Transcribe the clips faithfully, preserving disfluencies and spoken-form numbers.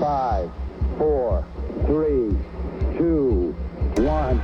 five, four, three, two, one.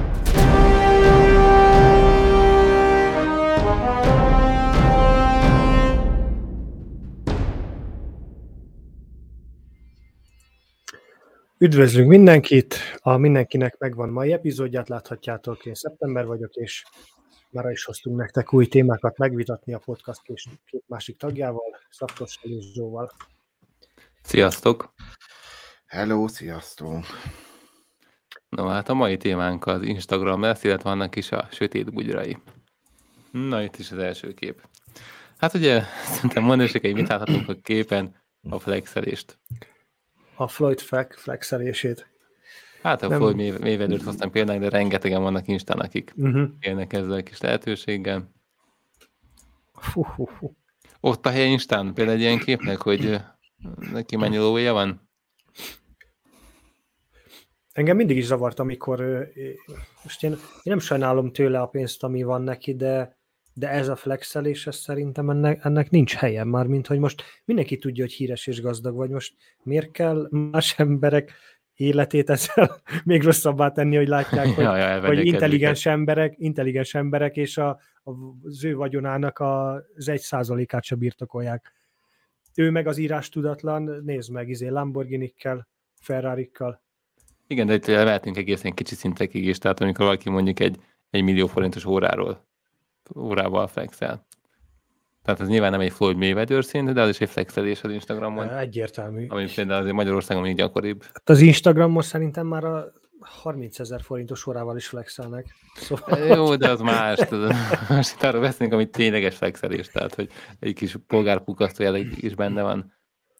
Üdvözlünk mindenkit! A Mindenkinek megvan mai epizódját, láthatjátok, én Szeptember vagyok, és már is hoztunk nektek új témákat megvitatni a podcast és két másik tagjával, Szaptossal és Zsóval. Sziasztok! Hello, sziasztok! No, hát a mai témánk az Instagram lesz, illetve annak is a sötét bugyrai. Na, itt is az első kép. Hát ugye, szerintem mondanék, mit láthatunk a képen, a flexelést. A Floyd flexelését. Hát a Nem. Floyd Mayweathert hoztam például, de rengetegen vannak Instán, akik uh-huh. élnek ezzel a kis lehetőséggel. Fú, fú, fú. Ott a helye Instán például egy ilyen képnek, hogy neki mennyi lóvéja van? Engem mindig is zavart, amikor most én, én nem sajnálom tőle a pénzt, ami van neki, de, de ez a flexelés, ez szerintem ennek, ennek nincs helye már, mint hogy most mindenki tudja, hogy híres és gazdag vagy, most miért kell más emberek életét ezzel még rosszabbá tenni, hogy látják, hogy, ja, ja, hogy intelligens emberek, intelligens emberek, és a, az ő vagyonának az egy százalékát se birtokolják. Ő meg az írás tudatlan, nézd meg, izé Lamborghini-kkel, Ferrari-kkal. Igen, de itt lehetünk egészen kicsi szintekig is, tehát amikor valaki mondjuk egy, egy millió forintos óráról, órával flexel. Tehát ez nyilván nem egy Floyd Mayweather szint, de az is egy flexelés az Instagramon. Egyértelmű. Ami például azért Magyarországon még gyakoribb. Hát az Instagramon szerintem már a harmincezer forintos órával is flexelnek. Szóval... Jó, de az más. Most arra beszélünk, amit tényleges flexelés, tehát hogy egy kis polgárpukasztó jelleg is benne van.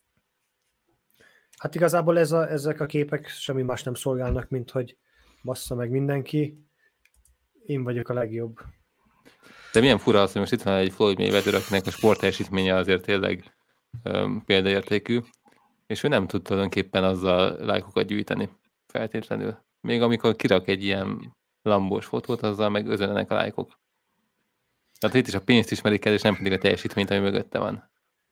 Hát igazából ez a, ezek a képek semmi más nem szolgálnak, mint hogy bassza meg mindenki. Én vagyok a legjobb. De milyen fura az, hogy most itt van egy Floyd Mayweather, akinek a sportteljesítménye azért tényleg um, példaértékű, és ő nem tud tulajdonképpen azzal lájkokat gyűjteni feltétlenül. Még amikor kirak egy ilyen lambós fotót, azzal meg özönlenek a lájkok. Tehát itt is a pénzt ismerik el, és nem pedig a teljesítményt, ami mögötte van.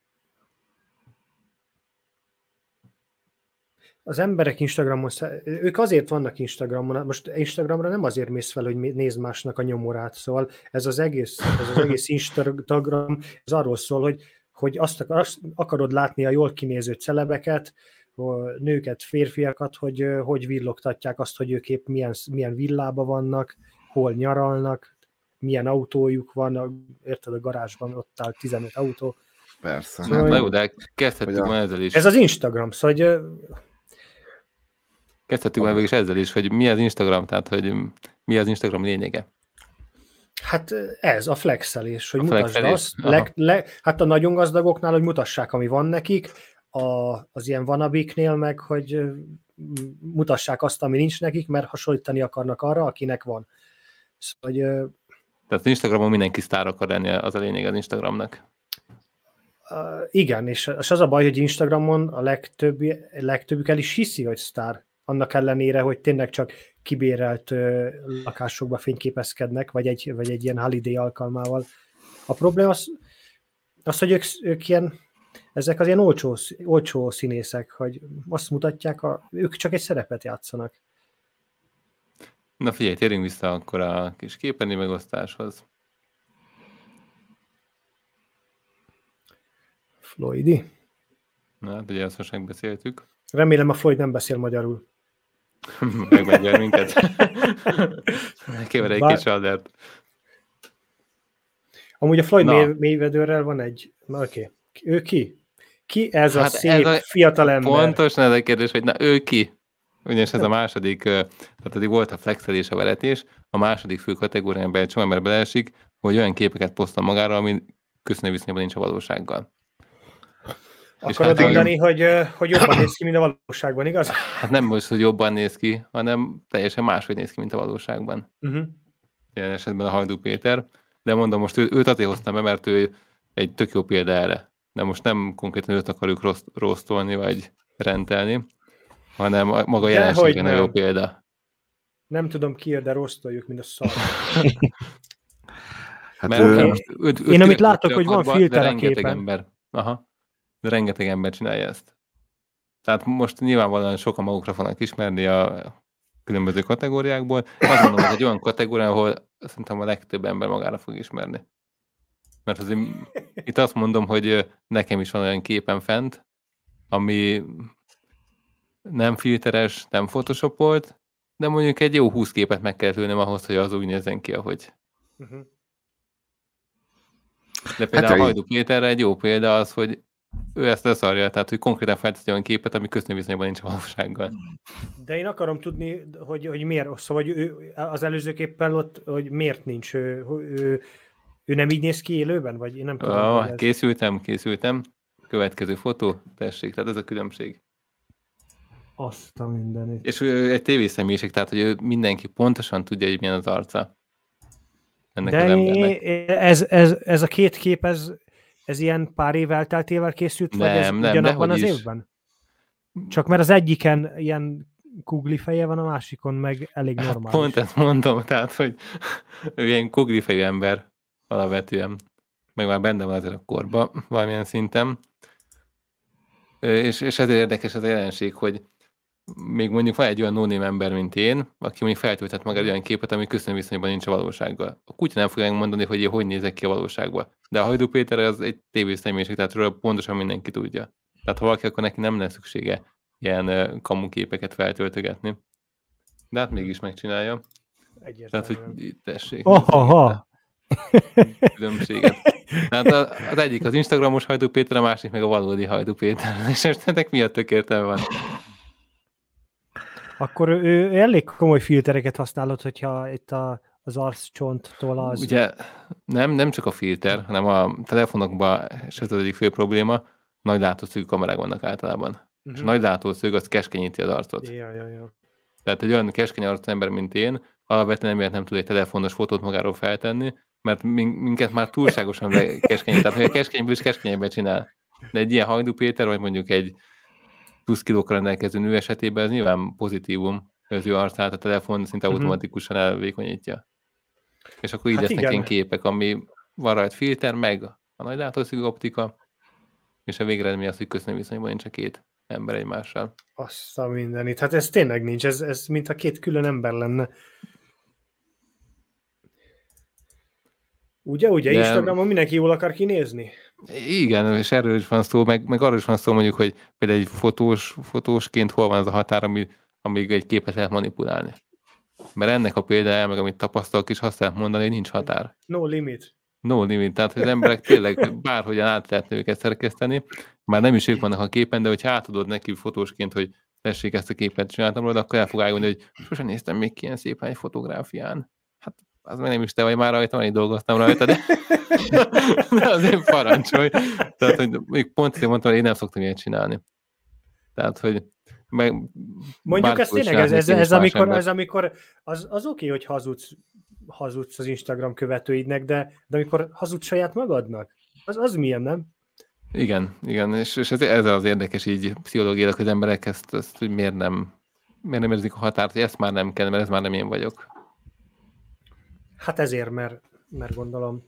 Az emberek Instagramon, ők azért vannak Instagramon, most Instagramra nem azért mész fel, hogy nézd másnak a nyomorát, szóval ez az egész, ez az egész Instagram, ez arról szól, hogy, hogy azt, akar, azt akarod látni a jól kinéző celebeket, nőket, férfiakat, hogy hogy villogtatják azt, hogy ők épp milyen, milyen villában vannak, hol nyaralnak, milyen autójuk van, érted, a garázsban ott áll tizenöt autó. Persze. Szóval, na jó, de kezdhetjük már ezzel is. Ez az Instagram, szóval hogy Kezdhetünk már is ezzel is, hogy mi az Instagram, tehát hogy mi az Instagram lényege. Hát ez, a flexelés, hogy a mutasd flexelés. azt. Le, le, hát a nagyon gazdagoknál, hogy mutassák, ami van nekik, a, az ilyen vanabiknél meg, hogy mutassák azt, ami nincs nekik, mert hasonlítani akarnak arra, akinek van. Szóval, hogy, tehát az Instagramon mindenki sztár akar lenni, az a lényeg az Instagramnak. Uh, igen, és, és az a baj, hogy Instagramon a legtöbb, legtöbbük el is hiszi, hogy sztár. Annak ellenére, hogy tényleg csak kibérelt uh, lakásokba fényképezkednek, vagy egy, vagy egy ilyen holiday alkalmával. A probléma az, az hogy ők, ők ilyen, ezek az ilyen olcsó, olcsó színészek, hogy azt mutatják, a, ők csak egy szerepet játszanak. Na figyelj, térjünk vissza akkor a kis képernyő megosztáshoz. Floydi. Na, hát ugye azt most megbeszéltük. Remélem a Floyd nem beszél magyarul. Megmegyel minket. Kéver egy kis aldert. Amúgy a Floyd Mayweatherrel van egy... Na oké. Okay. Ő ki? Ki ez a hát szép ez a fiatal ember? Pontosan ez a kérdés, hogy na ő ki? Ugyanis ez a második, tehát eddig volt a flexelés, a veretés, a második fő kategóriában egy csomó ember beleesik, hogy olyan képeket posztol magára, ami köszönő viszonyban nincs a valósággal. Akarod hát, mondani, hogy, hogy jobban néz ki, mint a valóságban, igaz? Hát nem most, hogy jobban néz ki, hanem teljesen máshogy néz ki, mint a valóságban. Uh-huh. Ilyen esetben a Hajdú Péter. De mondom, most ő, őt azért hoztam be, mert ő egy tök jó példa erre. De most nem konkrétan őt akarjuk rossz, rossztolni, vagy rendelni, hanem maga a jelenségben a jó példa. Nem tudom ki, de rossztoljuk, mint a szar. Hát mert ő, most, őt, Én amit látok, hogy van filter a képen. Ember. Aha. De rengeteg ember csinálja ezt. Tehát most nyilvánvalóan sokan magukra fognak ismerni a különböző kategóriákból. Azt mondom, hogy egy olyan kategória, ahol szerintem a legtöbb ember magára fog ismerni. Mert azért itt azt mondom, hogy nekem is van olyan képen fent, ami nem filteres, nem photoshopolt, de mondjuk egy jó húsz képet meg kell ülnöm ahhoz, hogy az úgy nézzen ki, ahogy. Uh-huh. De például hát, a Hajdú Péterre egy jó példa az, hogy ő ezt leszarja, tehát hogy konkrétan felteszi olyan képet, ami köszönőviszonyban nincs a valósággal. De én akarom tudni, hogy, hogy miért, szóval hogy ő, az előző képpel ott, hogy miért nincs, ő, ő, ő nem így néz ki élőben, vagy én nem tudom. Ah, készültem, készültem. Következő fotó, tessék, tehát ez a különbség. Azt a mindenit. És ő egy tévészemélyiség, tehát hogy ő mindenki pontosan tudja, hogy milyen az arca ennek de az embernek. Ez, ez, ez a két kép, ez, ez ilyen pár év elteltével készült, nem, vagy ez nem, ugyanabban az is. évben? Csak mert az egyiken ilyen kugli feje van, a másikon meg elég normális. Hát pont ezt mondom, tehát, hogy ő ilyen kugli fejű ember alapvetően, meg már benne van azért a korban valamilyen szinten. És, és ezért érdekes az jelenség, hogy még mondjuk van egy olyan no-name ember, mint én, aki mondjuk feltölthet maga olyan képet, ami köszönőviszonyban nincs a valósággal. A kutya nem fogja mondani, hogy én hogy nézek ki a valóságban. De a Hajdú Péter az egy tévészemélyiség, tehát róla pontosan mindenki tudja. Tehát ha valaki, akkor neki nem lesz szüksége ilyen kamuképeket feltöltögetni. De hát mégis megcsinálja. Egyértelmű. Tehát, hogy tessék. Aha. Különbséget. Tehát az egyik az Instagramos Hajdú Péter, a másik meg a valódi Hajdú Péter. És ennek miatt tök értelme van. Akkor ő, ő elég komoly filtereket használod, hogyha itt a, az arccsonttól az... Ugye nem, nem csak a filter, hanem a telefonokban, és ez az egyik fő probléma, nagy látószögű kamerák vannak általában. Uh-huh. És a nagy látószög az keskenyíti az arcot. Ja, ja, ja. Tehát egy olyan keskeny arcú ember, mint én, alapvetően emiatt nem tud egy telefonos fotót magáról feltenni, mert minket már túlságosan keskenyít. Tehát, hogy a keskenyből is keskenyebben csinál. De egy ilyen Hajdú Péter, vagy mondjuk egy plusz kilókkal rendelkező nő esetében ez nyilván pozitívum, az ő arcát a telefon szinte uh-huh. automatikusan elvékonyítja. És akkor így hát lesznek ilyen képek, ami van rajta filter, meg a nagy látószögű optika, és a végeredmény az, hogy köszönőviszonyban nincs a két ember egymással. Azt a mindenit. Hát ez tényleg nincs, ez, ez mint a két külön ember lenne. Ugye, ugye, de... Instagramon mindenki jól akar kinézni? Igen, és erről is van szó, meg, meg arról is van szó mondjuk, hogy például egy fotós, fotósként hol van az a határ, ami, amíg egy képet lehet manipulálni. Mert ennek a példája, meg amit tapasztalok is, azt lehet mondani, hogy nincs határ. No limit. No limit, tehát hogy az emberek tényleg bárhogyan át lehetne őket szerkeszteni, már nem is ők vannak a képen, de hogyha átadod neki fotósként, hogy tessék ezt a képet csináltam róla, akkor el fog állni, hogy sosem néztem még ki ilyen szépen egy fotográfián. Hát az meg nem is te vagy már rajta, én dolgoztam rajta, de, de azért parancsolj. Tehát, hogy még pont azért mondtam, hogy én nem szoktam ilyet csinálni. Tehát, hogy meg mondjuk ez tényleg, ez, ez, ez, amikor, ez amikor az, az oké, okay, hogy hazudsz, hazudsz az Instagram követőidnek, de, de amikor hazudsz saját magadnak, az, az milyen, nem? Igen, igen, és, és ez, ez az érdekes így pszichológiailag, hogy az emberek ezt, ezt hogy miért nem, miért nem érzik a határt, hogy ezt már nem kell, mert ez már nem én vagyok. Hát ezért, mert, mert gondolom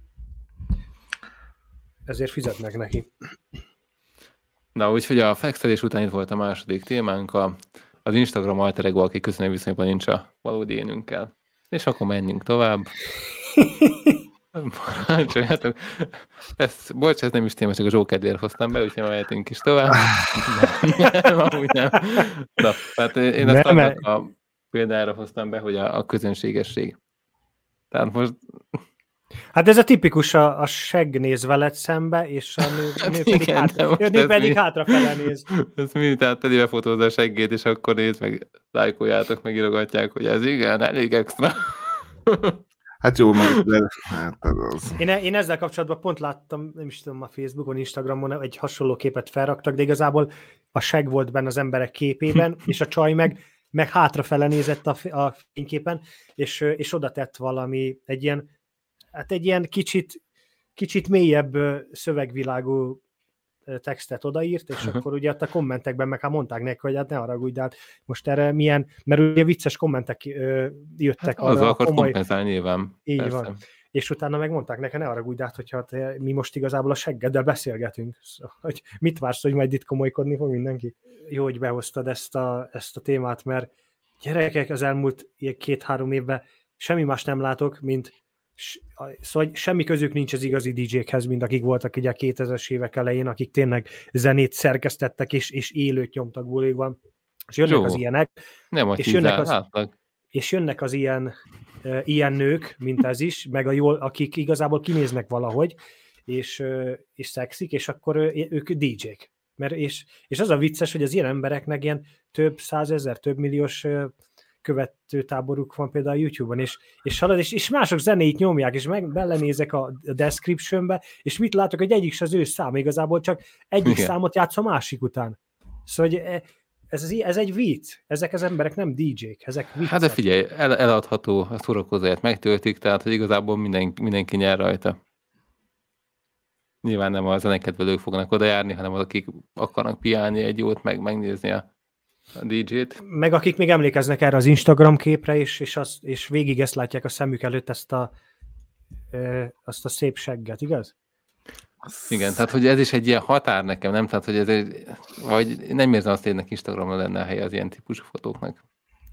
ezért fizetnek neki. Na, úgyhogy a flexelés után itt volt a második témánk, a, az Instagram alter ego, aki köszönőviszonyban nincs a valódi énünkkel. És akkor menjünk tovább. Parancsoljátok. Ezt, bocs, ez nem is téma, csak a Zsókedvéért hoztam be, úgyhogy mehetünk is tovább. Nem, amúgy nem. Na, tehát én ezt annak a példára hoztam be, hogy a, a közönségesség. Tehát most... Hát ez a tipikus, a, a segg néz veled szembe, és a nő, hát nő pedig, igen, hátra, nő pedig hátrafele néz. Ez mi? Tehát tedi befotózza a seggét, és akkor néz, meg lájkoljátok, meg írogatják, hogy ez igen, elég extra. Hát jó, de hát az. Én, én ezzel kapcsolatban pont láttam, nem is tudom, a Facebookon, Instagramon egy hasonló képet felraktak, de igazából a segg volt benne az emberek képében, és a csaj meg, meg hátrafele nézett a, a fényképen, és, és oda tett valami, egy ilyen, hát egy ilyen kicsit, kicsit mélyebb szövegvilágú textet odaírt, és uh-huh. akkor ugye a kommentekben meg hát mondták neki, hogy hát ne haragudj, de hát most erre milyen, mert ugye vicces kommentek ö, jöttek hát arra. Azzal akart komoly... kompenzálni nyilván. Így persze. van. és utána megmondták nekem, ne haragudj, át, hogyha te, mi most igazából a seggeddel beszélgetünk. Szóval, hogy mit vársz, hogy majd itt komolykodni fog mindenki? Jó, hogy behoztad ezt a, ezt a témát, mert gyerekek, az elmúlt két-három évben semmi más nem látok, mint szóval semmi közük nincs az igazi dé jékhez, mint akik voltak ugye a kétezres évek elején, akik tényleg zenét szerkesztettek, és, és élőt nyomtak bulikban. És jönnek Jó. az ilyenek. Nem és jönnek az, és jönnek az ilyen, uh, ilyen nők, mint ez is, meg a jól, akik igazából kinéznek valahogy, és, uh, és szexik, és akkor uh, ők dé jék. Mert és, és az a vicces, hogy az ilyen embereknek ilyen több százezer, több milliós uh, követőtáboruk van például a YouTube-on, és, és, halad, és, és mások zenéit nyomják, és meg belenézek a descriptionbe, és mit látok, hogy egyik se az ő szám, igazából csak egyik Igen. számot játsz a másik után. Szóval, hogy ez, ez egy vicc. Ezek az emberek nem dé jék, ezek viccek. Hát de figyelj, el, eladható a szórakozóját megtöltik, tehát hogy igazából minden, mindenki nyer rajta. Nyilván nem a zenekedvelők fognak oda járni, hanem az, akik akarnak piálni egy jót, meg megnézni a a dé jét. Meg akik még emlékeznek erre az Instagram képre, és, és, az, és végig ezt látják a szemük előtt, ezt a, e, azt a szép segget, igaz? Igen, tehát hogy ez is egy ilyen határ nekem, nem? Tehát, hogy ez egy, vagy nem érzem azt, hogy ennek Instagramon lenne a helye az ilyen típusú fotóknak.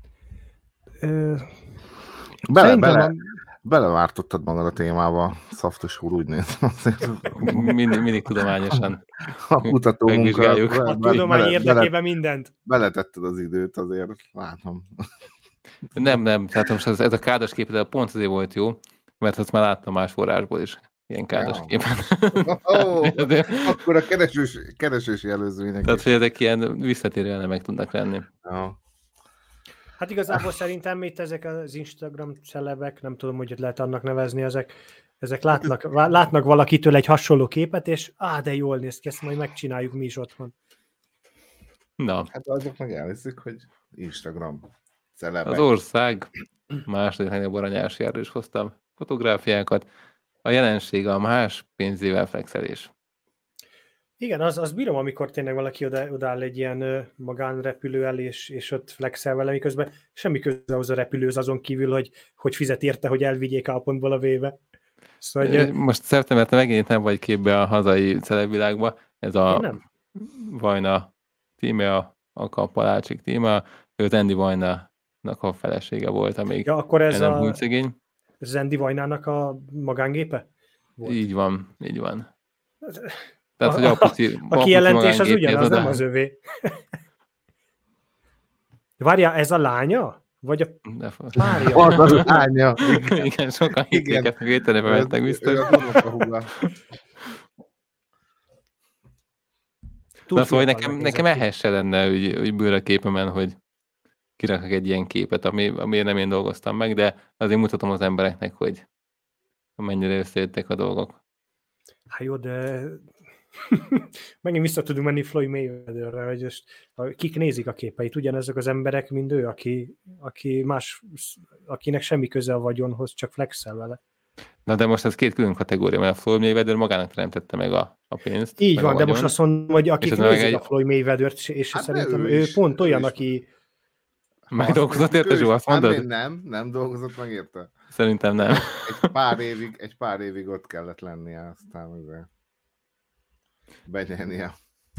Ö, bele, bele, a... belevártottad magad a témába, Szaftos úr, úgy néz. mindig, mindig tudományosan a kutató munka. A tudomány érdekében mindent. Beletetted az időt, azért látom. Nem, nem, tehát most ez, ez a kádas kép, de pont azért volt jó, mert azt már láttam más forrásból is, ilyen kádas ja. képen. Oh, de... Akkor a keresős, keresős jelözőinek. Tehát, hogy ezek ilyen visszatérő elemek tudnak lenni. Ja. Hát igazából szerintem itt ezek az Instagram celebek, nem tudom, hogy lehet annak nevezni, ezek, ezek látnak, látnak valakitől egy hasonló képet, és á, de jól néz ki, ezt majd megcsináljuk mi is otthon. Na. Hát azok meg elhiszik, hogy Instagram celebek. Az ország második legnagyobb aranyásjáról is hoztam fotográfiákat. A jelenség a más pénzével flexelés. Igen, az, az bírom, amikor tényleg valaki oda, odaáll egy ilyen uh, magánrepülő el, és, és ott flexel vele, miközben semmi köze ahhoz a repülőz azon kívül, hogy, hogy fizet érte, hogy elvigyék A pontból a B-be. Szóval, hogy, most szeretem, mert te megint nem vagy képbe a hazai celebvilágba. Ez a Vajna Tímea, a Palácsik Tímea, ő az Andy Vajnának a felesége volt, amíg ja, akkor ez nem a, húlt szegény. Ez Andy Vajnának a magángépe? Volt. Így van, így van. Tehát, hogy a, puci, a, a kijelentés az ugyanaz, nem az övé. Várjál, ez a lánya? Vagy a párja? Az a lánya. Igen, Igen sokan hitték, meg étterembe mentek biztos. Na szóval nekem, nekem ehhez se lenne úgy, úgy bőr a képemen, hogy kiraknak egy ilyen képet, ami, amiért nem én dolgoztam meg, de azért mutatom az embereknek, hogy mennyire összejöttek a dolgok. Hát jó, de megint vissza tudunk menni Floyd Mayweatherre, hogy most, kik nézik a képeit, ugyanezek az emberek, mint ő, aki, aki más, akinek semmi köze a vagyonhoz, csak flexel vele. Na de most ez két külön kategória, mert a Floyd Mayweather magának teremtette meg a, a pénzt. Így van, de most azt mondom, hogy akik nézik egy... a Floyd Mayweathert, és hát szerintem ő, ő pont olyan, aki... Megdolgozott érte, Zsó, azt mondod? Hát nem, nem dolgozott meg érte. Szerintem nem. Egy pár évig, egy pár évig ott kellett lennie, aztán azért benyelnie.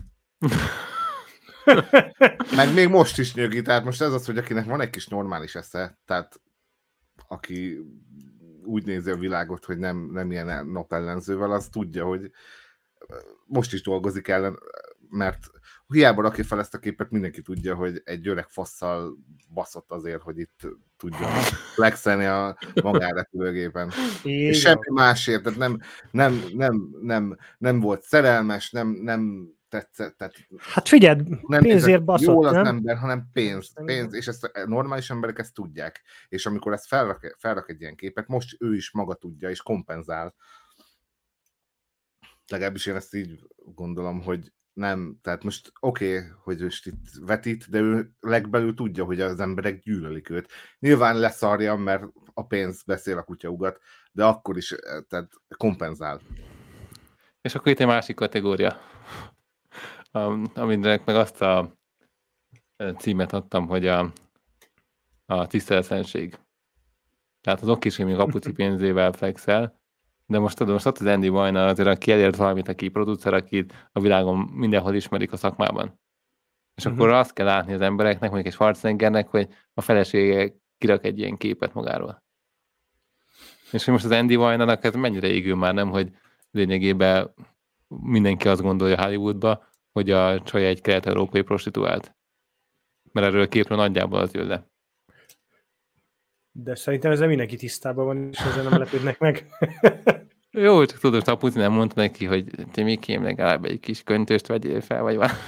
Meg még most is nyögi, tehát most ez az, hogy akinek van egy kis normális esze, tehát aki úgy nézi a világot, hogy nem, nem ilyen napellenzővel, az tudja, hogy most is dolgozik ellen, mert hiába rakja fel ezt a képet, mindenki tudja, hogy egy öreg fasszal baszott azért, hogy itt tudja flexelni a magánrepülőgépen. És semmi másért, tehát nem, nem, nem, nem, nem volt szerelmes, nem, nem tetszett. Tehát hát figyeld, nem pénzért baszott, jól az nem? ember, hanem pénz, pénz, és ezt normális emberek ezt tudják. És amikor ezt felrak, felrak egy ilyen képet, most ő is maga tudja, és kompenzál. Legalábbis én ezt így gondolom, hogy nem, tehát most oké, okay, hogy most itt vetít, de ő legbelül tudja, hogy az emberek gyűlölik őt. Nyilván leszarja, mert a pénz beszél a kutyaugat, de akkor is, tehát kompenzál. És akkor itt egy másik kategória, aminek meg azt a címet adtam, hogy a, a tiszteletlenség. Tehát az oké, hogy még apuci pénzével flexel, de most tudom, most ott az Andy Vajna azért, aki elért valamit, aki producer, akit a világon mindenhol ismerik a szakmában. És uh-huh. akkor azt kell látni az embereknek, mondjuk egy Schwarzeneggernek, hogy a felesége kirak egy ilyen képet magáról. És hogy most az Andy Vajnának ez mennyire égő már, nem, hogy lényegében mindenki azt gondolja Hollywoodba, hogy a csaj egy kelet-európai prostituált. Mert erről a képről nagyjából az jön le. De szerintem ezzel mindenki tisztában van, és ezzel nem lepődnek meg. Jó, csak tudod, a Putin nem mondta neki, hogy te Mikém legalább egy kis köntöst vegyél fel, vagy valami.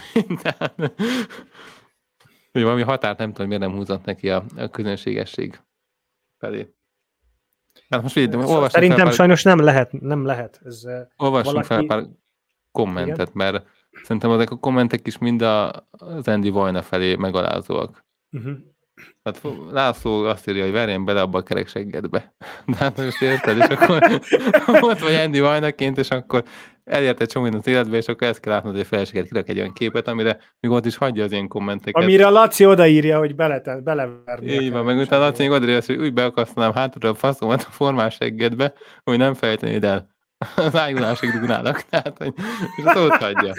Hogy valami határt nem tudom, miért nem húzott neki a, a közönségesség felé. Hát most így, szóval szerintem pár... sajnos nem lehet. Nem lehet. Ez, olvassunk valaki... fel pár kommentet, igen? Mert szerintem ezek a kommentek is mind a, az Andy Vajna felé megalázóak. Uh-huh. Hát László azt írja, hogy verjen bele abba a kerek seggedbe. De hát most érted, és akkor ott vagy Andy Vajnaként, és akkor elérte csomó az életbe, és akkor ezt kell látnod, hogy a feleséget kirak egy olyan képet, amire még ott is hagyja az ilyen kommenteket. Amire a Laci odaírja, hogy bele, beleverni. Így van, meg utána Laci még odaírja, hogy úgy beakasztanám hátulra a faszomat a formás seggedbe, hogy nem fejtenéd el. Az ájulásig dugnálnak, tehát, hogy és azt ott hagyja.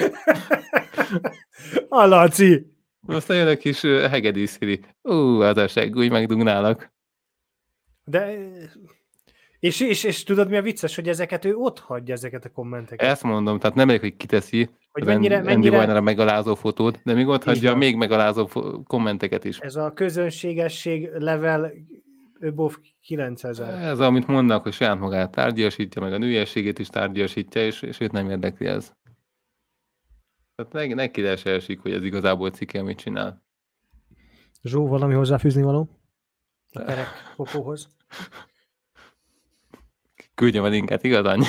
A Laci! Aztán jön a kis hegedűszíri. Ú, az a segg, úgy megdugnálak. De... És, és, és tudod, mi a vicces, hogy ezeket ő ott hagyja, ezeket a kommenteket. Ezt mondom, tehát nem elég, hogy kiteszi hogy mennyire, Andy mennyire... Vajnára megalázó fotót, de még ott hagyja még megalázó kommenteket is. Ez a közönségesség level above kilencezer. Ez, amit mondnak, hogy saját magát tárgyasítja, meg a nőiességét is tárgyasítja, és, és őt nem érdekli ez. Tehát neki, neki se esik, hogy ez igazából cikke, amit csinál. Zsó, valami hozzáfűzni való? A kerek popóhoz. Küldjem a linket, igaz, annyi?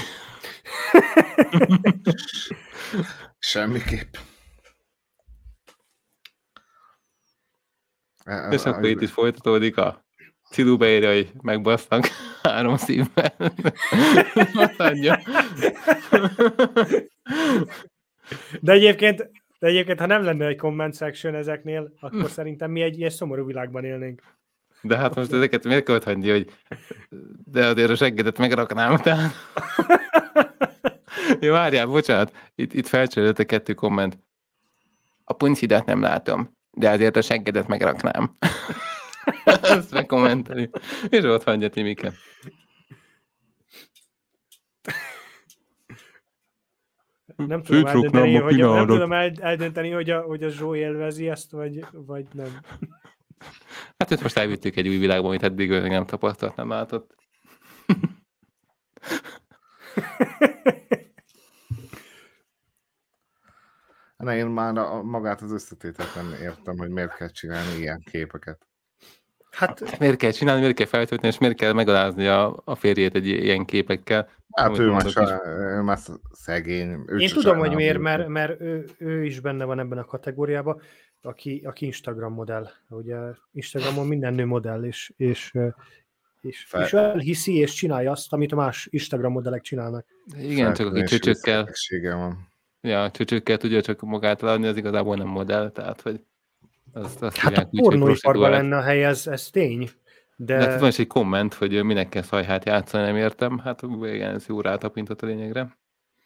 Semmiképp. És akkor itt is folytatódik a Cidu beírja, hogy megbasztak három szívvel. Azt adja. De egyébként, de egyébként, ha nem lenne egy comment section ezeknél, akkor szerintem mi egy ilyen szomorú világban élnénk. De hát most ezeket miért kell hagyni, hogy de azért a seggedet megraknám, tehát... Jó, várjál, bocsánat, itt, itt felcserélődött a kettő komment. A puncidat nem látom, de azért a seggedet megraknám. Ezt megkommenteli. És ott hagyja Timike. Nem tudom eldönteni, hogy, nem tudom eldönteni, hogy a, hogy a Zsó élvezi ezt, vagy, vagy nem. Hát ezt most elvittük egy új világban, amit eddig nem tapasztalt, nem látott. Na, én már a, magát az összetételt nem értem, hogy miért kell csinálni ilyen képeket. Hát miért kell csinálni, miért kell feltölteni, és miért kell megalázni a, a férjét egy ilyen képekkel? Hát ő már, sa, ő már szegény. Ő én tudom, hogy miért, mert, mert ő, ő is benne van ebben a kategóriában, aki, aki Instagram modell. Ugye Instagramon minden nő modell, és, és, és, és ő elhiszi, és csinálja azt, amit a más Instagram modellek csinálnak. Igen, csak aki csöcsökkel, ja, csöcsökkel tudja csak magát adni, az igazából nem modell, tehát hogy Azt, azt hát a pornóiparban lenne a hely, ez, ez tény. De... de van is egy komment, hogy minek kell szajhát játszani, nem értem. Hát igen, ez jó rátapintott a lényegre.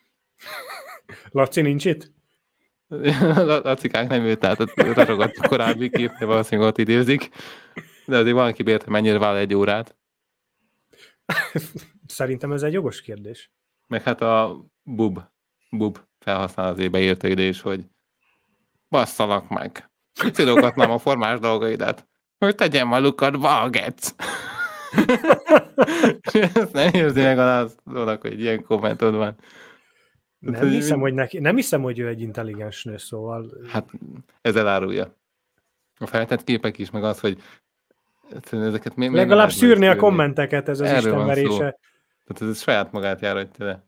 Laci nincs itt? Lacikák nem jött, tehát raragadt a korábbi kép, de valószínűleg ott idézik. De azért van, aki bért, mennyire váll egy órát. Szerintem ez egy jogos kérdés. Meg hát a bub, bub felhasználózébe írta ide is, hogy basszalak meg. Cidogatnám a formás dolgaidat, hogy tegyem a lukat, valgetsz. Ezt nem érzi meg az dolog, hogy ilyen kommentod van. Nem hiszem, hogy neki, nem hiszem, hogy ő egy intelligens nő, szóval... Hát ez elárulja. A feltett képek is, meg az, hogy ezeket mi, legalább szűrni a kommenteket, ez az erről istenverése. Tehát ez saját magát járatja le.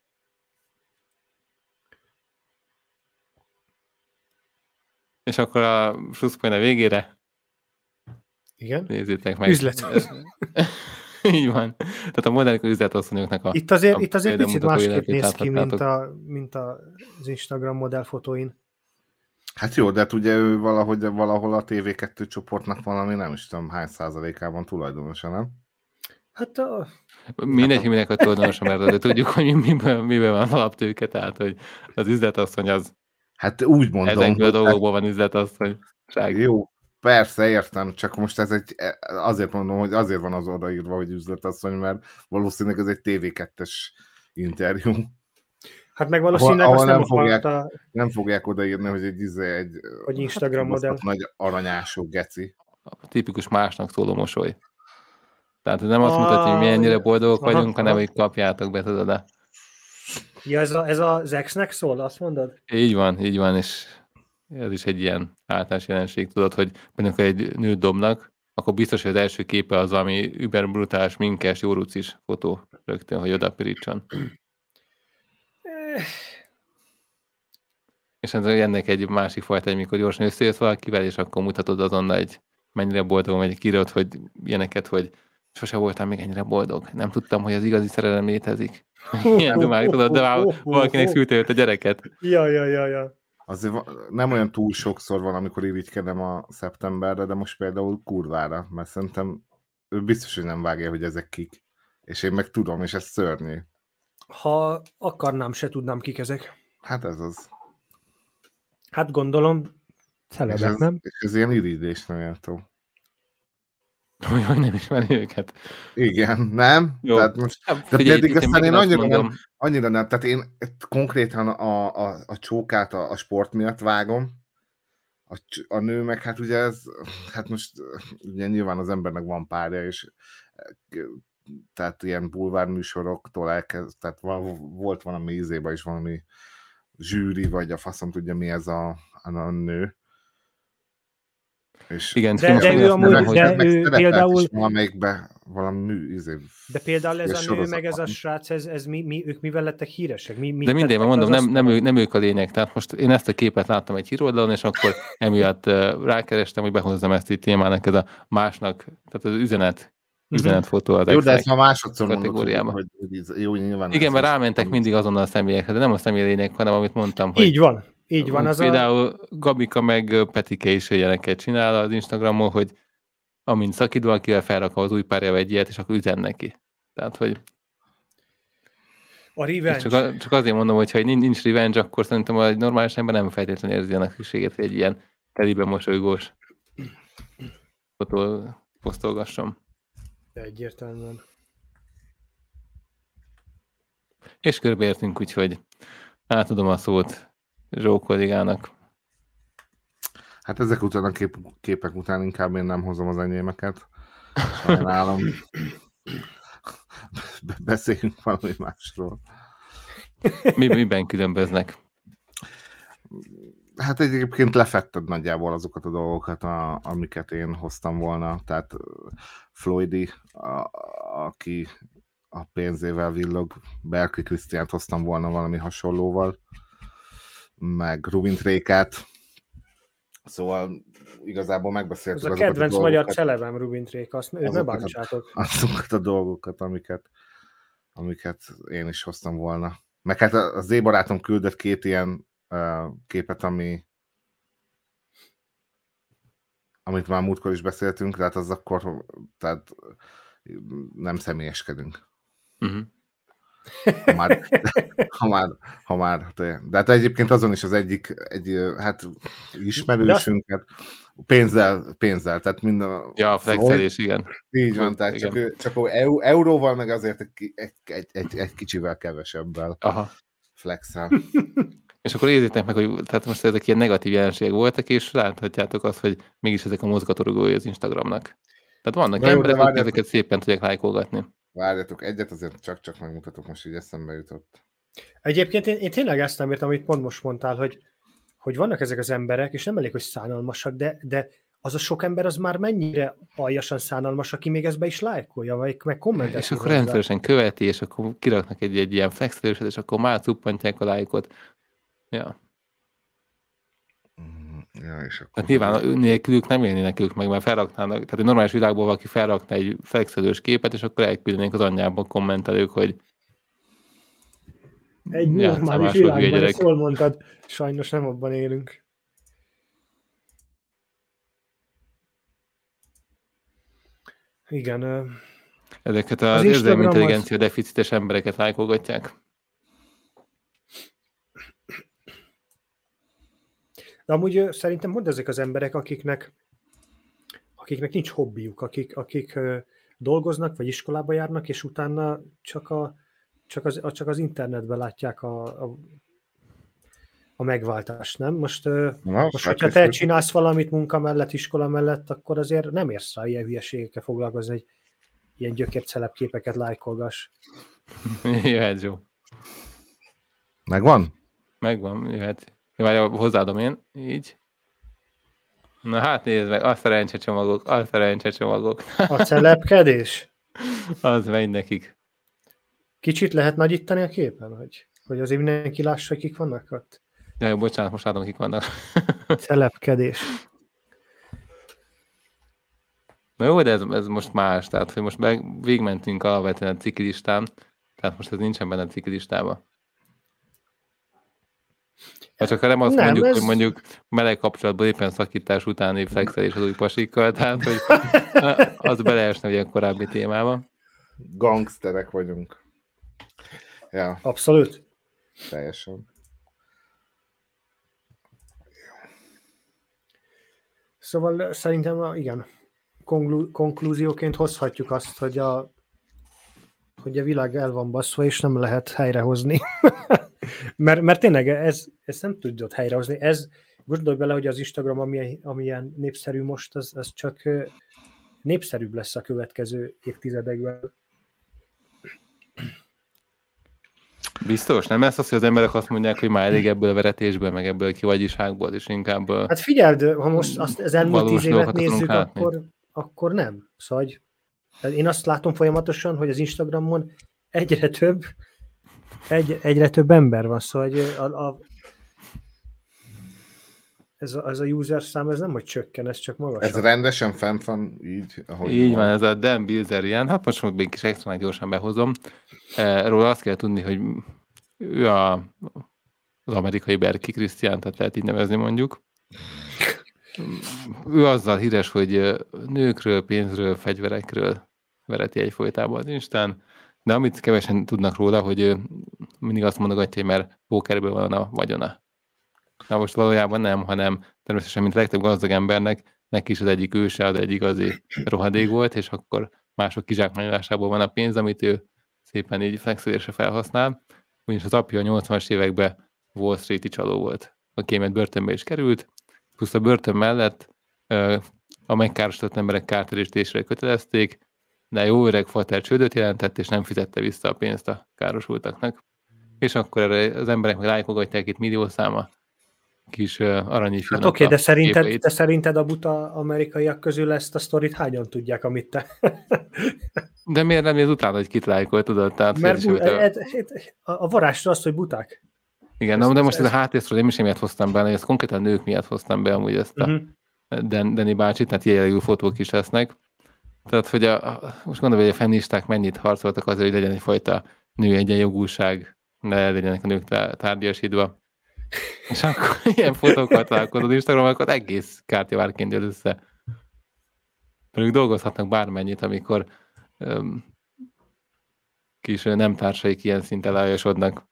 És akkor a slusszpoint a végére. Igen? Nézzétek meg. Üzlet. Így van. Tehát a modern üzletasszonyoknak a... Itt azért, a itt azért picit másképp néz ki, mint, a, mint az Instagram modellfotóin. Hát jó, de hát ugye ő valahogy, valahol a té vé kettő csoportnak valami, nem is tudom hány százalékában tulajdonosa, nem? Hát a... Mindegy, minek a tulajdonosa, mert de tudjuk, hogy miből, miből van alaptőke, tehát hogy az üzletasszony az Hát úgy mondom, ezekből a hogy dolgokból van üzletasszony. jó, persze, értem, csak most ez egy, azért mondom, hogy azért van az odaírva, hogy üzletasszony, mert valószínűleg ez egy té vé kettes interjú. Hát meg valószínűleg ahol, azt ahol nem nem, fogják, akarta, nem fogják odaírni, hogy egy, izé, egy hogy Instagram modell. nagy aranyású geci. A tipikus másnak szóló mosoly. Tehát nem azt Ah, mutatja, hogy mi ennyire boldogok aha, vagyunk, hanem aha. hogy kapjátok be, tudod de. Ja, ez, a, ez az ex-nek szól, azt mondod? Így van, így van, és ez is egy ilyen általános jelenség, tudod, hogy amikor egy nőt dobnak, akkor biztos, hogy az első képe az, ami über brutális, minkes, jó rucis fotó rögtön, hogy odapirítson. És ez ennek egy másik fajta, amikor gyorsan összejössz valakivel, és akkor mutatod azonnal egy mennyire boldog, vagy kirod, hogy ilyeneket, hogy sose voltam még ennyire boldog. Nem tudtam, hogy az igazi szerelem létezik. Ilyen dumák, tudod, de már valakinek szültél a gyereket. Ja, ja, ja, ja. Azért va- nem olyan túl sokszor van, amikor irigykedem a szeptemberre, de most például kurvára, mert szerintem ő biztos, hogy nem vágja, hogy ezek kik. És én meg tudom, és ez szörnyű. Ha akarnám, se tudnám, kik ezek. Hát ez az. Hát gondolom, És celebek, ez, nem? és ez ilyen irigydésre méltó. Hogy hogy nem ismeri őket. Igen, nem? Jó. Tehát most, Hát, de figyelj, pedig én aztán én még azt annyira mondom, nem, annyira nem, tehát én konkrétan a, a, a csókát a, a sport miatt vágom, a, cs- a nő meg hát ugye ez, hát most ugye nyilván az embernek van párja, és tehát ilyen bulvárműsoroktól elkezd, tehát val- volt valami ízébe is valami zsűri, vagy a faszom tudja mi ez a, a, a nő. És igen, De- de, de ő azt amúgy- mondom, hogy de meg ő szerepelt például- is valamelyikbe valami mű, izé, De például ez ilyen a nő, sorozat meg ez a van. srác, ez, ez mi, mi, ők mivel lettek híresek? Mi, mi de mindegy, tettek mondom, az nem, nem, asztalra? ő, nem ők a lényeg. Tehát most én ezt a képet láttam egy híroldalon, és akkor emiatt uh, rákerestem, hogy behozzam ezt a témának, ez a másnak, tehát az üzenet, üzenetfotó az Jó, de ezt ex-nek. ma másodszor mondod, hogy, kategóriába. hogy, hogy ez- jó, nyilván Igen, ez mert az- rámentek mindig azonnal a személyekre, de nem a személy lényeg, hanem amit mondtam, hogy Így van, így van. Az a... például Gabika meg Petike is ilyeneket csinál az Instagramon, hogy amint szakít valakivel, felrak az új párjával egy ilyet, és akkor üzen neki. Tehát, hogy A revenge. csak, a, csak azért mondom, hogy ha nincs, nincs revenge, akkor szerintem egy normális ember nem feltétlenül érzi annak szükségét, hogy egy ilyen telibe mosolygós fotó posztolgasson. Egyértelműen. És körbeértünk, úgyhogy átadom a szót Zsó kollégának. Hát ezek után a kép, képek után inkább én nem hozom az enyémeket. Sajnálom. Be- Beszéljünk valami másról. Mi, miben különböznek? Hát egyébként lefetted nagyjából azokat a dolgokat, a, amiket én hoztam volna. Tehát Floydi, a, aki a pénzével villog, Berkeley Krisztiánt hoztam volna valami hasonlóval, meg Rubint Rékát. Szóval igazából Ez megbeszéltük a azokat kedvenc a magyar dolgokat, celebem Rubin Tréka, azt őt ne Azokat a- bántsátok. azokat a dolgokat, amiket, amiket én is hoztam volna. Meg hát az Z-barátom küldött két ilyen uh, képet, ami amit már múltkor is beszéltünk, tehát az akkor tehát nem személyeskedünk. Uh-huh. Ha már, ha már, ha már de, de hát egyébként azon is az egyik, egy, hát ismerősünk, hát pénzzel, pénzzel, tehát minden... Ja, a flexelés, igen. Így van, tehát Igen. csak, ő- csak ő eu- euróval, meg azért egy, ki- egy, egy, egy, egy kicsivel kevesebbel Aha. flexel. És akkor érzétek meg, hogy tehát most ezek ilyen negatív jelenségek voltak, és láthatjátok azt, hogy mégis ezek a mozgatórugói az Instagramnak. Tehát vannak Na jó, emberek, de akik várjatok. ezeket szépen tudják lájkolgatni. Várjatok, egyet azért csak-csak megmutatok, most így eszembe jutott. Egyébként én, én tényleg ezt nem értem, amit pont most mondtál, hogy, hogy vannak ezek az emberek, és nem elég, hogy szánalmasak, de, de az a sok ember az már mennyire aljasan szánalmas, aki még ezt be is lájkolja, vagy meg kommentet. És akkor rendszeresen követi, és akkor kiraknak egy, egy ilyen flexelőset, és akkor már cuppantják a lájkot. Ja. Mm, Ja, és akkor... Hát nyilván nélkülük nem élnének ők meg, mert felraknának, tehát egy normális világból valaki felrakna egy flexelős képet, és akkor elküldenék az anyjában kommentelők, hogy Egy játsszál normális máshol, hülye világban, gyerek. ezt jól mondtad, sajnos nem abban élünk. Igen, ö, ezeket az, az érzelmi intelligencia az... deficites embereket lájkolgatják. De amúgy szerintem pont ezek az emberek, akiknek, akiknek nincs hobbiuk, akik, akik dolgoznak, vagy iskolába járnak, és utána csak, a, csak, az, csak az internetben látják a, a, a megváltást, nem? Most, Na, most hogyha te csinálsz valamit munka mellett, iskola mellett, akkor azért nem érsz rá ilyen hülyeségekkel foglalkozni, hogy ilyen gyökércelep képeket lájkolgass. Jöhet, jó. Megvan? Megvan, jöhet. Várj, hozzáadom én, így. Na hát nézd meg, a szerencsecsomagok, a szerencsecsomagok. A celebkedés? Az megy nekik. Kicsit lehet nagyítani a képen, hogy, hogy azért mindenki lássa, kik vannak ott? De jó, bocsánat, most látom, kik vannak. Celebkedés. Na jó, de ez, ez most más, tehát hogy most végigmentünk alapvetően a cikilistán, tehát most ez nincsen benne a cikilistában. Ha csak nem azt nem, mondjuk, ez... hogy mondjuk meleg kapcsolatban éppen szakítás utáni flexelés az új pasikkal, tehát hogy az beleesne ugye a korábbi témába. Gangsterek vagyunk. Ja. Abszolút. Teljesen. Szóval szerintem igen, konklú- konklúzióként hozhatjuk azt, hogy a, hogy a világ el van baszva, és nem lehet helyrehozni. mert, mert tényleg ez, ez nem tudod helyrehozni. Ez, gondolj bele, hogy az Instagram, amilyen, amilyen népszerű most, az, az csak népszerűbb lesz a következő évtizedekben. Biztos? Nem lesz az, hogy az emberek azt mondják, hogy már elég ebből a veretésből, meg ebből a kivagyiságból, és inkább... Hát figyeld, ha most azt az elmúlt tíz évet nézzük, akkor, akkor nem. Szóval én azt látom folyamatosan, hogy az Instagramon egyre több egy, egyre több ember van, szóval a, a, ez, a, ez a user szám, ez nem hogy csökken, ez csak magas. Ez rendesen fent van, így, ahogy így van. van, ez a Dan Bilzerian, hát most még kis extra gyorsan behozom. Róla azt kell tudni, hogy ő a, az amerikai Berki Krisztián, tehát lehet így nevezni mondjuk. Ő azzal híres, hogy nőkről, pénzről, fegyverekről vereti egyfolytában az Instán, de amit kevesen tudnak róla, hogy ő mindig azt mondogatja, hogy mert pókerből van a vagyona. Na most valójában nem, hanem természetesen, mint a legtöbb gazdag embernek, neki is az egyik őse, az egyik igazi rohadék volt, és akkor mások kizsákmányolásából van a pénz, amit ő szépen így flexelésre felhasznál. Ugyanis az apja a nyolcvanas években Wall Street-i csaló volt, aki émet börtönbe is került, plusz a börtön mellett a megkárosított emberek kártérítésre kötelezték, de jó öreg fater csődöt jelentett, és nem fizette vissza a pénzt a károsultaknak. És akkor erre az emberek meg lájkolgatják itt milliószáma kis uh, aranyi hát oké, okay, de szerinted, de szerinted a buta amerikaiak közül ezt a sztorit hányan tudják, amit te? De miért nem ez utána, hogy kit lájkolt, tudod? Tehát mert bu- a... Ed, ed, a varázsra az, hogy buták. Igen, ezt, de most ez, ez a háttérszről nem is miatt hoztam be, ezt konkrétan nők miatt hoztam be amúgy ezt a uh-huh. Den, Deni bácsit, tehát jellegű fotók is lesznek. Tehát, hogy a, a, most gondolom, hogy a feministák mennyit harcoltak azért, hogy legyen egyfajta nő egyenjogúság, ne legyenek a nők tárgyasítva. És akkor ilyen fotókat találkozod Instagramon, akkor egész kártyavárként jön össze. Pedig dolgozhatnak bármennyit, amikor um, kis nem társaik ilyen szinten elájasodnak.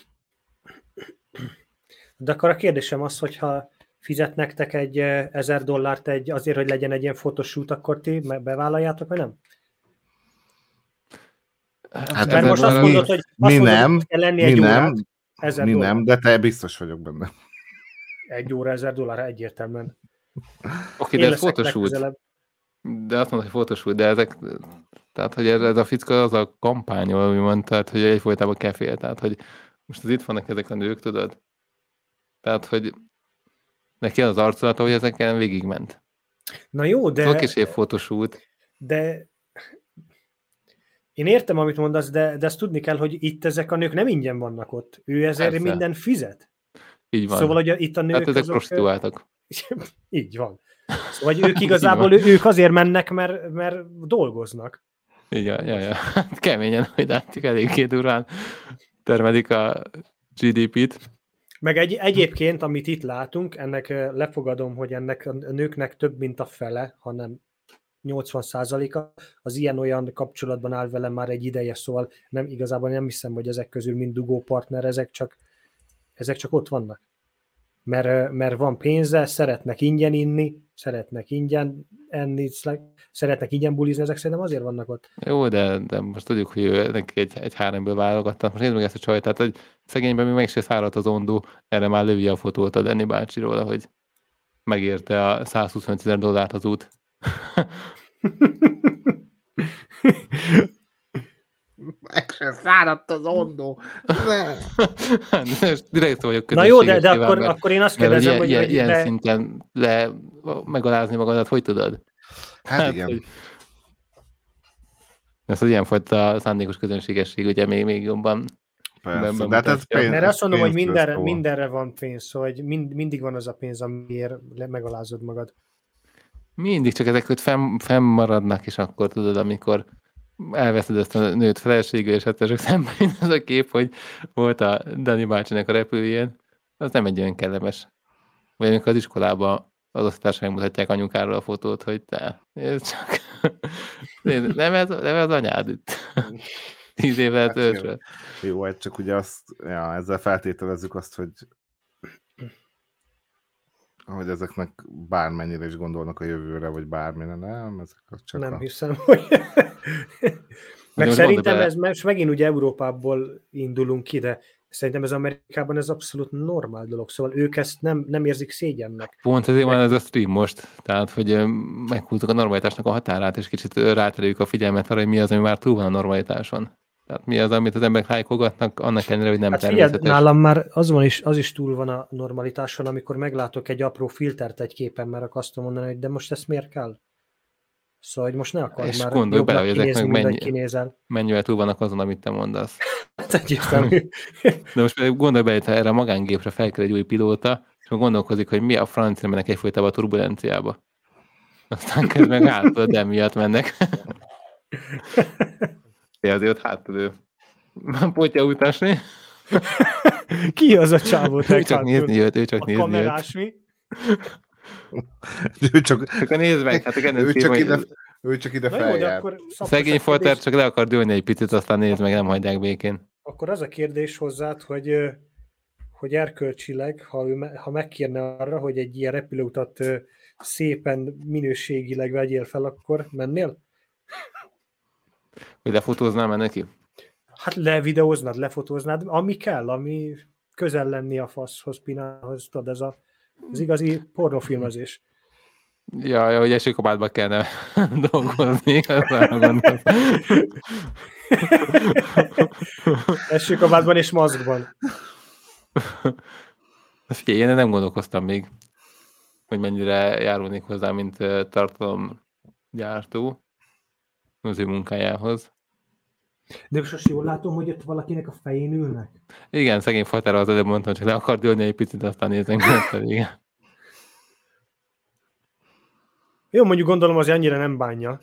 De akkor a kérdésem az, hogyha fizet nektek egy ezer dollárt egy, azért, hogy legyen egy ilyen fotoshoot, akkor ti bevállaljátok, vagy nem? Hát mert most azt mondod, hogy, azt mi mondod, nem, hogy kell lenni mi egy nem, órát, ezer mi dollár. nem, de te biztos vagyok benne. Egy óra ezer dollár egyértelműen. Oké, de ez fotoshoot. De azt mondod, hogy fotoshoot, de ezek, tehát, hogy ez, ez a ficka az a kampányol, ami mondta, tehát, hogy egyfolytában kefél, tehát, hogy most az itt vannak ezek a nők, tudod? Tehát, hogy neki az arculata, hogy ezeken végigment. Na jó, de... Sok is év fotoshoot. De... Én értem, amit mondasz, de, de azt tudni kell, hogy itt ezek a nők nem ingyen vannak ott. Ő ezért Persze. minden fizet. Így van. Szóval, hogy itt a nők hát ezek azok... prostituáltak. Így van. Szóval ők igazából ők azért mennek, mert, mert dolgoznak. Így van, ja, ja. Keményen, hogy látjuk, eléggé durván termelik a gé dé pét. Meg egy, egyébként, amit itt látunk, ennek lefogadom, hogy ennek a nőknek több, mint a fele, hanem nyolcvan százaléka az ilyen-olyan kapcsolatban áll velem már egy ideje, szóval nem, igazából nem hiszem, hogy ezek közül mind dugó partner, ezek csak, ezek csak ott vannak. Mert, mert van pénze, szeretnek ingyen inni, szeretnek ingyen enni, szeretnek ingyen bulizni, ezek szerintem azért vannak ott. Jó, de, de most tudjuk, hogy ő neki egy, egy háremből válogattak. Most nézd meg ezt a csajt, tehát hogy szegényben még meg se száradt az ondó, erre már lövi a fotót a Danny bácsiról, hogy megérte a százhuszonöt ezer dollárt az út. Meg se száradt az ondó. Direkt vagyok. Na jó, de, de akkor, mert, akkor én azt kérdezem, mert, hogy... Ilyen, hogy ilyen de... szinten le megalázni magadat, hogy tudod? Hát, hát igen. Hogy... Ez az ilyenfajta szándékos közönségesség, ugye még, még jobban... Persze, de ez pénz, mert azt mondom, hogy mindenre, mindenre van pénz, hogy mind, mindig van az a pénz, amiért megalázod magad. Mindig, csak ezek ott fenn, fennmaradnak, és akkor tudod, amikor elveszed ezt a nőt feleségül, és hát csak szemben az a kép, hogy volt a Dani bácsinak a repülőjén, az nem egy olyan kellemes. Vagy amikor az iskolában az osztálytársaim mutatják anyukáról a fotót, hogy te, ez csak... nem, ez, nem ez anyád itt. Tíz évvel töltsve. Jó, hát csak ugye azt, ja, ezzel feltételezzük azt, hogy hogy ezeknek bármennyire is gondolnak a jövőre, vagy bármire, nem? Ezek csak nem a... hiszem, hogy... Meg szerintem ez, mert megint ugye Európából indulunk ki, de szerintem ez Amerikában ez abszolút normál dolog, szóval ők ezt nem, nem érzik szégyennek. Pont ezért van ez a stream most, tehát hogy meghúztuk a normalitásnak a határát, és kicsit rátereljük a figyelmet arra, hogy mi az, ami már túl van a normalitáson. Tehát mi az, amit az emberek lájkolgatnak, annak ellenére, hogy nem hát természetes. Figyeld, nálam már az, van is, az is túl van a normalitáson, amikor meglátok egy apró filtert egy képen, mert akkor azt mondani, hogy de most ezt miért kell? Szóval, hogy most ne akarod és már gondolj bele, hogy ezek meg mennyi, kinézel. mennyivel túl vannak azon, amit te mondasz. Hát egyértelmű. De most gondolj bele, hogy erre a magángépre felkel egy új pilóta, és gondolkozik, hogy mi a francia mennek egyfolytában a turbulenciába. Aztán kezd meg hátul, de miatt mennek. De azért ott hátul ő. Potya utasni. Ki az a csávó? Ő csak nézni jött, ő csak a nézni jött. A kamerás mi? ő csak... Csak a nézd meg, hát ő, csak ide, ő csak ide feljár. Szegény Folter csak le akar dőlni egy picit, aztán nézd meg, nem hagyják békén. Akkor az a kérdés hozzád, hogy, hogy erkölcsileg, ha, ő, ha megkérne arra, hogy egy ilyen repülőutat szépen minőségileg vegyél fel, akkor mennél? Hogy lefotóznál már neki? Hát levideóznád, lefotóznád, ami kell, ami közel lenni a faszhoz, pinához, tudod, ez a, az igazi pornofilmezés. Ja, ja, hogy esőkabátban kellene dolgozni. Esőkabátban és maszkban. Figyelj, én nem gondolkoztam még, hogy mennyire járulnék hozzá, mint tartalomgyártó az ő munkájához. De most jól látom, hogy ott valakinek a fején ülnek? Igen, szegény Fatára az előbb mondtam, hogy le akar dőlni egy picit, aztán nézzünk pedig. Jó, mondjuk gondolom, azért annyira nem bánja.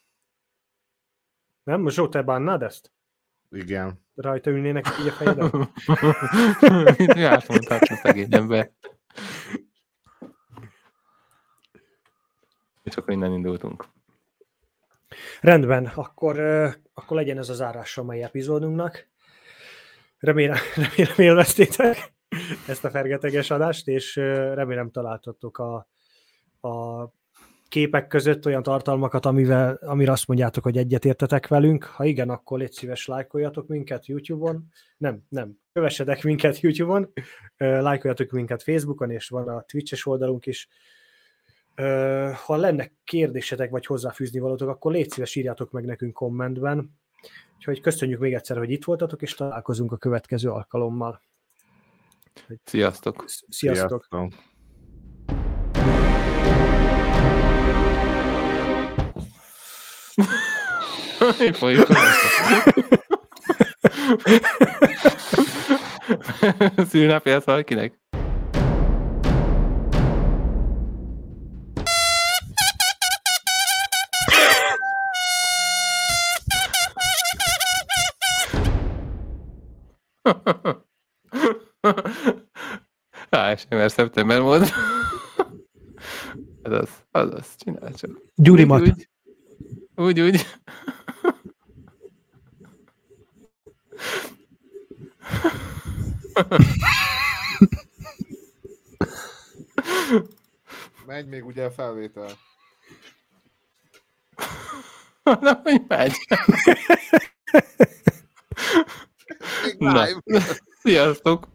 Nem? Most Zsó, te bánnád ezt? Igen. Rajta ülnének így a fejeden? Mit mi átmondtál a szegény ember? És akkor innen indultunk. Rendben, akkor, akkor legyen ez az zárása a mai epizódunknak. Remélem, remélem élveztétek ezt a fergeteges adást, és remélem találtatok a, a képek között olyan tartalmakat, amivel, amire azt mondjátok, hogy egyetértetek velünk. Ha igen, akkor légy szíves, lájkoljatok minket YouTube-on. Nem, nem, kövessetek minket YouTube-on, lájkoljatok minket Facebookon, és van a Twitch-es oldalunk is. Ha lenne kérdésetek, vagy hozzáfűzni valótok, akkor légy szíves, írjátok meg nekünk kommentben. Úgyhogy köszönjük még egyszer, hogy itt voltatok, és találkozunk a következő alkalommal. Sziasztok! Sziasztok! Sziasztok. Mi folyik? Szülnapját valakinek? Á, sem, mert szeptember volt. Az az, az az, csinálj csak. Gyurimat. Úgy, úgy. Megy még ugye a felvétel. Na, hogy megy. Még Na, live. sziasztok!